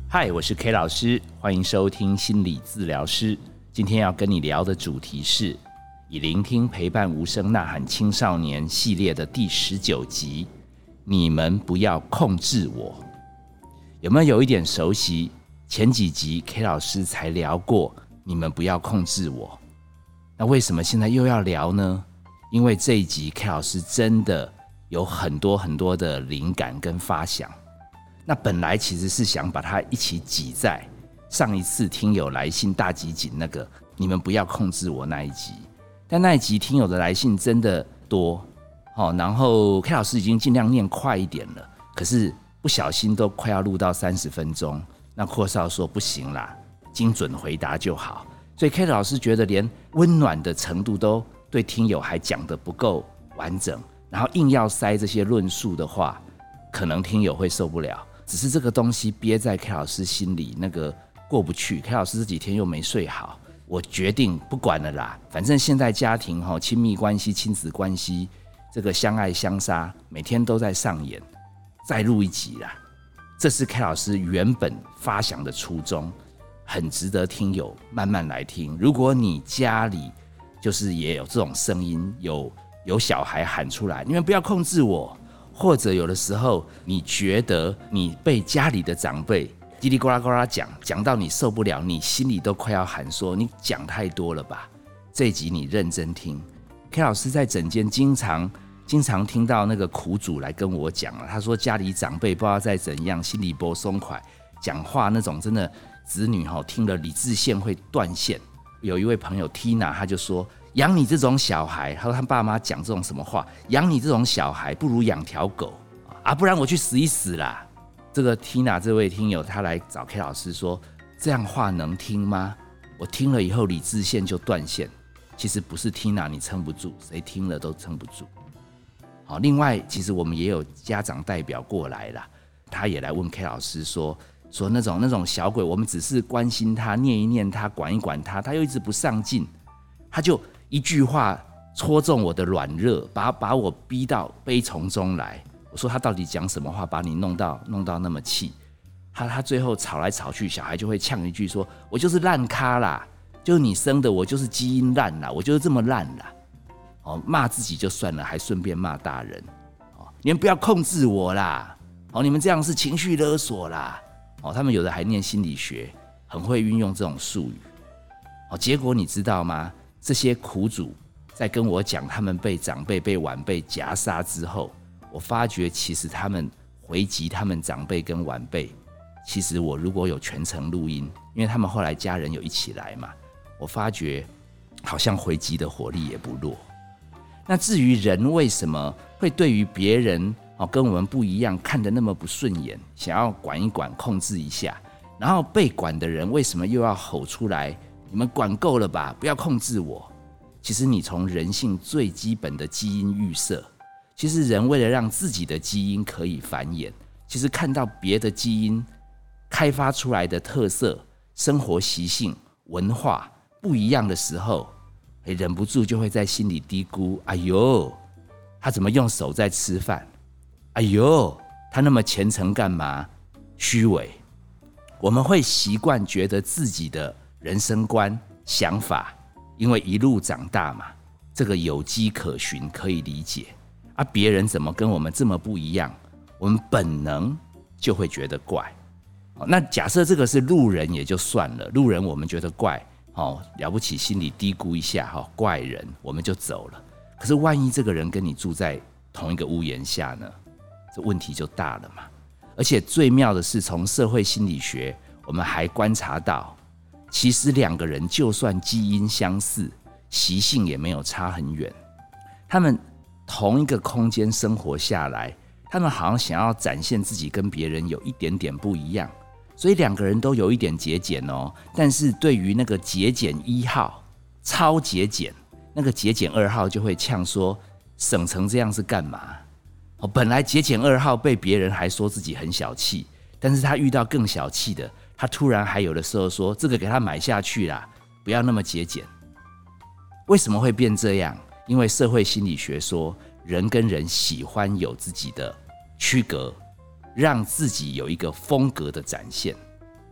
嗨，我是 K 老师，欢迎收听心理治疗师。今天要跟你聊的主题是以聆听陪伴无声呐喊青少年系列的第19集，你们不要控制我。有没有一点熟悉？前几集 K 老师才聊过你们不要控制我，那为什么现在又要聊呢？因为这一集 K 老师真的有很多很多的灵感跟发想。那本来其实是想把它一起挤在上一次听友来信大集锦那个你们不要控制我那一集，但那一集听友的来信真的多，然后 K 老师已经尽量念快一点了，可是不小心都快要录到30分钟，那阔少说不行啦，精准回答就好，所以 K 老师觉得连温暖的程度都对听友还讲得不够完整，然后硬要塞这些论述的话，可能听友会受不了。只是这个东西憋在 K 老师心里，那个过不去。K 老师这几天又没睡好，我决定不管了啦。反正现在家庭亲密关系、亲子关系，这个相爱相杀，每天都在上演，再录一集啦。这是 K 老师原本发想的初衷，很值得听友慢慢来听。如果你家里就是也有这种声音，有小孩喊出来，你们不要控制我。或者有的时候你觉得你被家里的长辈叽里呱啦呱啦讲到你受不了，你心里都快要喊说你讲太多了吧。这一集你认真听。 K 老师在诊间经常听到那个苦主来跟我讲，他说家里长辈不知道在怎样，心里不松快，讲话那种真的子女听了理智线会断线。有一位朋友 Tina 他就说，养你这种小孩，他说他爸妈讲这种什么话，养你这种小孩不如养条狗啊，不然我去死一死啦。这个 Tina 这位听友他来找 K 老师说，这样话能听吗？我听了以后理智线就断线。其实不是 Tina 你撑不住，谁听了都撑不住。好，另外其实我们也有家长代表过来啦，他也来问 K 老师说那种小鬼，我们只是关心他，念一念他，管一管他，他又一直不上进，他就一句话戳中我的软热，把我逼到悲从中来。我说他到底讲什么话把你弄到那么气？他最后吵来吵去，小孩就会呛一句说，我就是烂咖啦，就是你生的，我就是基因烂啦，我就是这么烂啦。骂自己就算了，还顺便骂大人。你们不要控制我啦，你们这样是情绪勒索啦。他们有的还念心理学，很会运用这种术语。结果你知道吗？这些苦主在跟我讲他们被长辈被晚辈夹杀之后，我发觉其实他们回击他们长辈跟晚辈，其实我如果有全程录音，因为他们后来家人有一起来嘛，我发觉好像回击的火力也不弱。那至于人为什么会对于别人跟我们不一样，看得那么不顺眼，想要管一管控制一下，然后被管的人为什么又要吼出来，你们管够了吧，不要控制我。其实你从人性最基本的基因预设，其实人为了让自己的基因可以繁衍，其实看到别的基因开发出来的特色、生活习性、文化不一样的时候，忍不住就会在心里嘀咕，哎呦，他怎么用手在吃饭？哎呦，他那么虔诚干嘛？虚伪。我们会习惯觉得自己的人生观、想法，因为一路长大嘛，这个有迹可循，可以理解。别人怎么跟我们这么不一样，我们本能就会觉得怪。那假设这个是路人也就算了，路人我们觉得怪，了不起心里嘀咕一下，怪人我们就走了。可是万一这个人跟你住在同一个屋檐下呢？这问题就大了嘛。而且最妙的是，从社会心理学我们还观察到，其实两个人就算基因相似，习性也没有差很远，他们同一个空间生活下来，他们好像想要展现自己跟别人有一点点不一样，所以两个人都有一点节俭但是对于那个节俭1号超节俭，那个节俭2号就会呛说，省成这样是干嘛？本来节俭2号被别人还说自己很小气，但是他遇到更小气的，他突然还有的时候说，这个给他买下去啦，不要那么节俭。为什么会变这样？因为社会心理学说，人跟人喜欢有自己的区隔，让自己有一个风格的展现。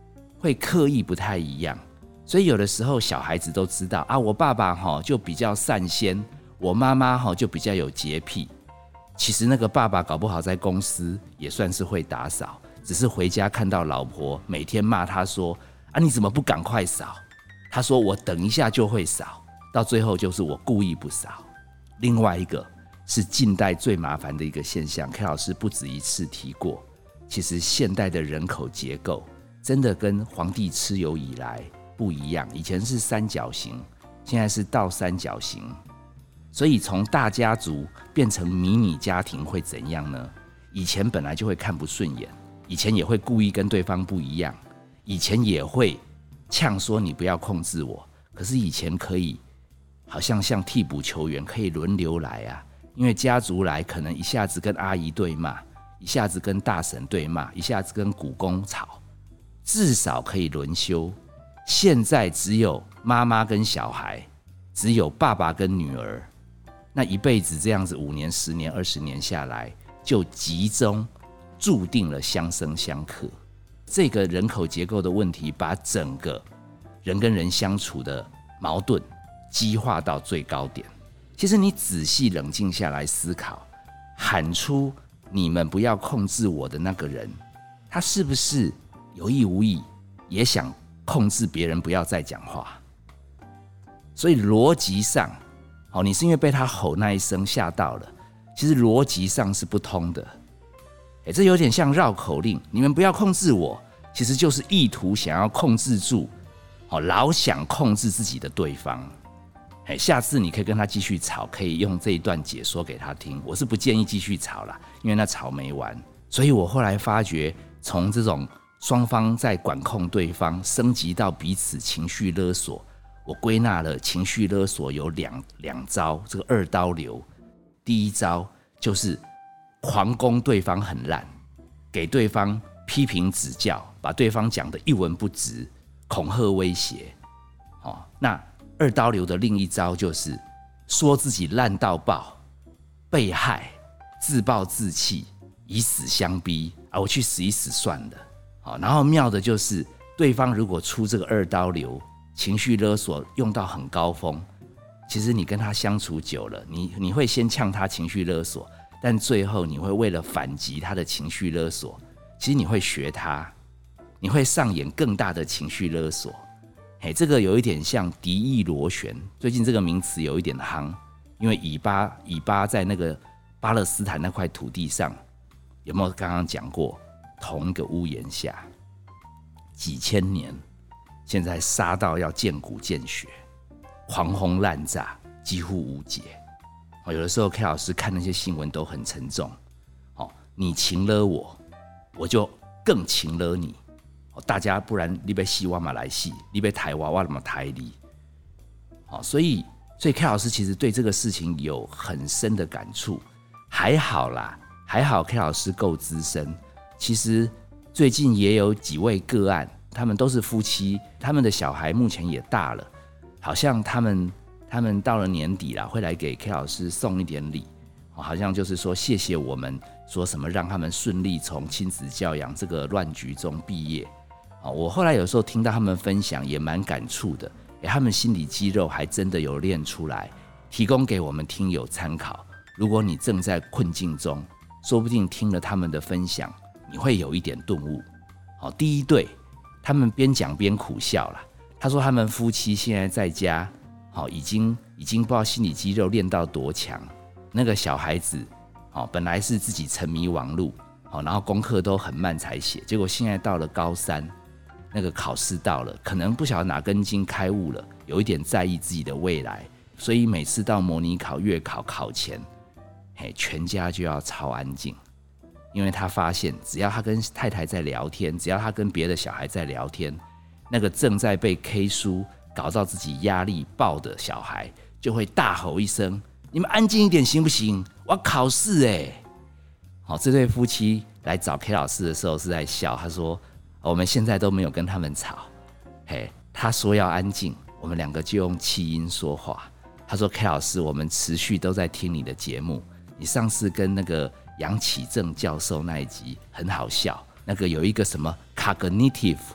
会刻意不太一样。所以有的时候小孩子都知道啊，我爸爸就比较散仙，我妈妈就比较有洁癖。其实那个爸爸搞不好在公司也算是会打扫，只是回家看到老婆每天骂他说啊，你怎么不赶快扫？他说我等一下就会扫，到最后就是我故意不扫。另外一个是近代最麻烦的一个现象 ，K 老师不止一次提过，其实现代的人口结构真的跟皇帝蚩尤以来不一样，以前是三角形，现在是倒三角形。所以从大家族变成迷你家庭会怎样呢？以前本来就会看不顺眼，以前也会故意跟对方不一样，以前也会呛说你不要控制我。可是以前可以好像替补球员可以轮流来啊，因为家族来可能一下子跟阿姨对骂，一下子跟大婶对骂，一下子跟股东吵，至少可以轮休。现在只有妈妈跟小孩，只有爸爸跟女儿，那一辈子这样子5年、10年、20年下来，就集中注定了相生相克。这个人口结构的问题，把整个人跟人相处的矛盾激化到最高点。其实你仔细冷静下来思考，喊出你们不要控制我的那个人，他是不是有意无意也想控制别人不要再讲话？所以逻辑上，你是因为被他吼那一声吓到了，其实逻辑上是不通的。这有点像绕口令，你们不要控制我，其实就是意图想要控制住，老想控制自己的对方。下次你可以跟他继续吵，可以用这一段解说给他听。我是不建议继续吵啦，因为那吵没完。所以我后来发觉，从这种双方在管控对方，升级到彼此情绪勒索，我归纳了情绪勒索有两招，这个2刀流。第一招就是狂攻对方很烂，给对方批评指教，把对方讲得一文不值，恐吓威胁。那2刀流的另一招就是说自己烂到爆，被害，自暴自弃，以死相逼啊，我去死一死算了。然后妙的就是对方如果出这个2刀流，情绪勒索用到很高峰，其实你跟他相处久了，你会先呛他情绪勒索，但最后你会为了反击他的情绪勒索，其实你会学他，你会上演更大的情绪勒索。这个有一点像敌意螺旋，最近这个名词有一点夯，因为以巴在那个巴勒斯坦那块土地上，有没有刚刚讲过，同一个屋檐下几千年，现在杀到要见骨见血，狂轰滥炸，几乎无解。有的时候 K 老师看那些新闻都很沉重，你情勒我，我就更情勒你。大家不然你被戏我嘛来戏，你被台我嘛台你。所以 K 老师其实对这个事情有很深的感触。还好啦，还好 K 老师够资深。其实最近也有几位个案，他们都是夫妻，他们的小孩目前也大了，好像他们到了年底啦，会来给 K 老师送一点礼，好像就是说谢谢我们，说什么让他们顺利从亲子教养这个乱局中毕业。我后来有时候听到他们分享也蛮感触的，他们心理肌肉还真的有练出来，提供给我们听友参考。如果你正在困境中，说不定听了他们的分享，你会有一点顿悟。第一对，他们边讲边苦笑啦。他说他们夫妻现在在家，已经不知道心理肌肉练到多强。那个小孩子，本来是自己沉迷网路，然后功课都很慢才写，结果现在到了高3。那个考试到了，可能不晓得哪根筋开悟了，有一点在意自己的未来，所以每次到模拟考、月考考前，全家就要超安静，因为他发现，只要他跟太太在聊天，只要他跟别的小孩在聊天，那个正在被 K 书搞到自己压力爆的小孩，就会大吼一声：“你们安静一点行不行？我要考试欸！”这对夫妻来找 K 老师的时候是在笑，他说：“我们现在都没有跟他们吵，他说要安静，我们2个就用气音说话。他说 K 老师，我们持续都在听你的节目，你上次跟那个杨启正教授那一集很好笑，那个有一个什么 cognitive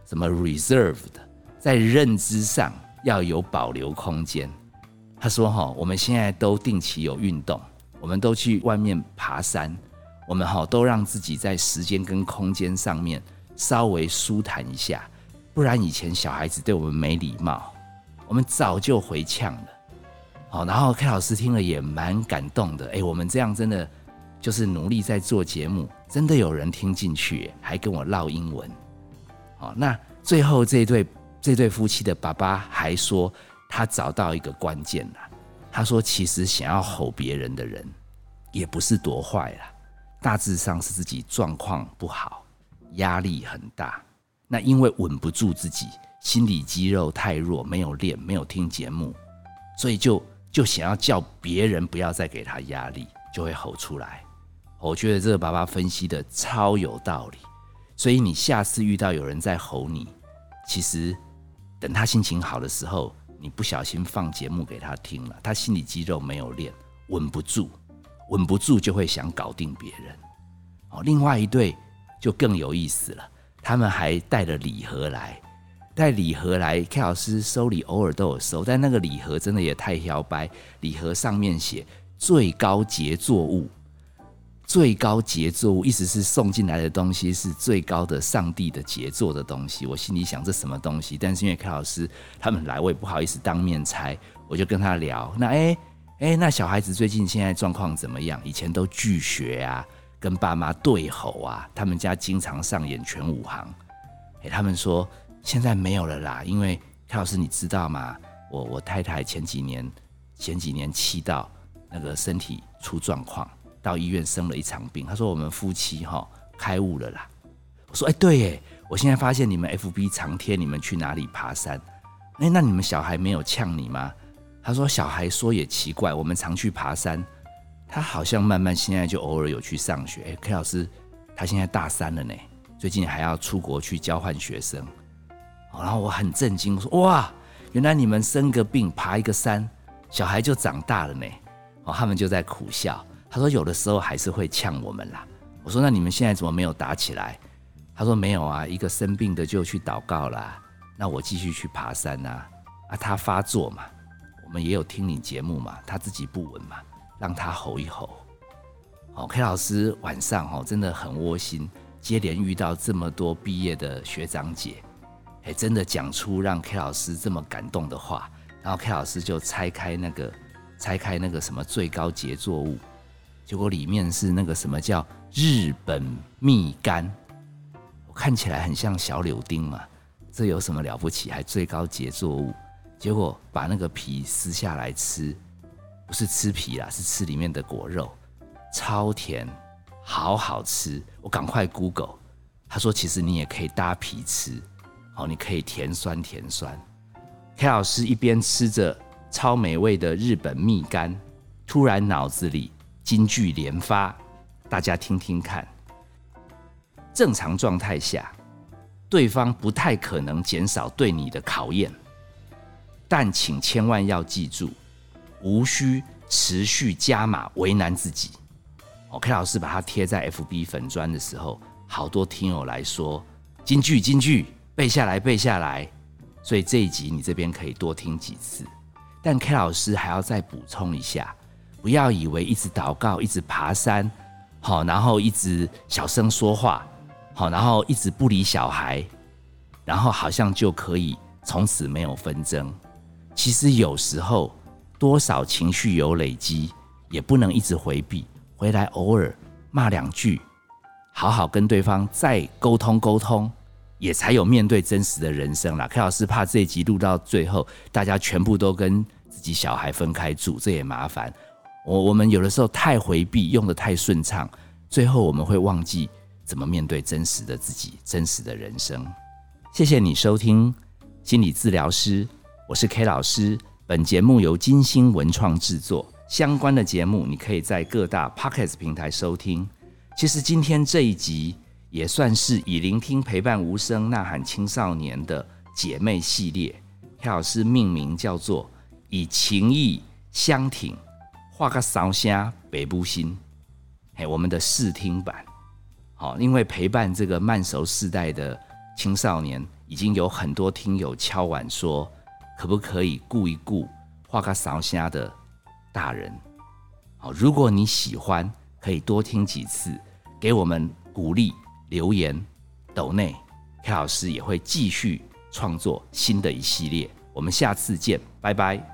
什么 reserved， 在认知上要有保留空间。他说我们现在都定期有运动，我们都去外面爬山，我们都让自己在时间跟空间上面稍微舒坦一下，不然以前小孩子对我们没礼貌，我们早就回呛了。然后 K 老师听了也蛮感动的，我们这样真的就是努力在做节目，真的有人听进去，还跟我唠英文。那最后这对夫妻的爸爸还说，他找到一个关键啦。他说，其实想要吼别人的人，也不是多坏啦，大致上是自己状况不好，压力很大。那因为稳不住自己，心理肌肉太弱，没有练，没有听节目，所以就想要叫别人不要再给他压力，就会吼出来。我觉得这个爸爸分析的超有道理。所以你下次遇到有人在吼你，其实等他心情好的时候，你不小心放节目给他听了，他心理肌肉没有练，稳不住就会想搞定别人。另外一对就更有意思了，他们还带了礼盒来。K 老师收礼偶尔都有收，但那个礼盒真的也太摇摆。礼盒上面写最高杰作物，最高杰作物意思是送进来的东西是最高的上帝的杰作的东西。我心里想这什么东西，但是因为 K 老师他们来，我也不好意思当面猜，我就跟他聊。那小孩子最近现在状况怎么样？以前都拒学啊，跟爸妈对吼啊，他们家经常上演全武行。他们说现在没有了啦，因为 K 老师你知道吗？我太太前几年气到那个身体出状况，到医院生了一场病。他说我们夫妻开悟了啦。我说对耶，我现在发现你们 FB 常贴你们去哪里爬山，那你们小孩没有呛你吗？他说小孩说也奇怪，我们常去爬山，他好像慢慢现在就偶尔有去上学。K 老师他现在大3了呢，最近还要出国去交换学生。然后我很震惊，我说哇，原来你们生个病爬一个山，小孩就长大了呢。他们就在苦笑。他说有的时候还是会呛我们啦。我说那你们现在怎么没有打起来？他说没有啊，一个生病的就去祷告啦，那我继续去爬山啊。他发作嘛，我们也有听你节目嘛，他自己不稳嘛，让他吼一吼。K 老师晚上真的很窝心，接连遇到这么多毕业的学长姐，真的讲出让 K 老师这么感动的话。然后 K 老师就拆开那个什么最高杰作物，结果里面是那个什么叫日本蜜柑，我看起来很像小柳丁嘛，这有什么了不起？还最高杰作物。结果把那个皮撕下来吃，不是吃皮啦，是吃里面的果肉，超甜，好好吃。我赶快 Google， 他说其实你也可以搭皮吃，你可以甜酸。K 老师一边吃着超美味的日本蜜柑，突然脑子里金句连发，大家听听看。正常状态下，对方不太可能减少对你的考验，但请千万要记住，无需持续加码为难自己。K 老师把它贴在 FB 粉专的时候，好多听友来说金句背下来，所以这一集你这边可以多听几次。但 K 老师还要再补充一下，不要以为一直祷告，一直爬山，然后一直小声说话，然后一直不理小孩，然后好像就可以从此没有纷争。其实有时候多少情绪有累积，也不能一直回避，回来偶尔骂2句，好好跟对方再沟通，也才有面对真实的人生啦。K 老师怕这一集录到最后，大家全部都跟自己小孩分开住，这也麻烦。我们有的时候太回避，用得太顺畅，最后我们会忘记怎么面对真实的自己，真实的人生。谢谢你收听心理治疗师，我是 K 老师。本节目由金星文创制作，相关的节目你可以在各大 Podcast 平台收听。其实今天这一集也算是以聆听陪伴无声呐喊青少年的姐妹系列， K 老师命名叫做以情义相挺，画个烧声北部心，我们的试听版。因为陪伴这个慢熟世代的青少年已经有很多听友敲碗说，可不可以顾一顾画个勺虾的大人。如果你喜欢，可以多听几次，给我们鼓励，留言抖内，K 老师也会继续创作新的一系列。我们下次见，拜拜。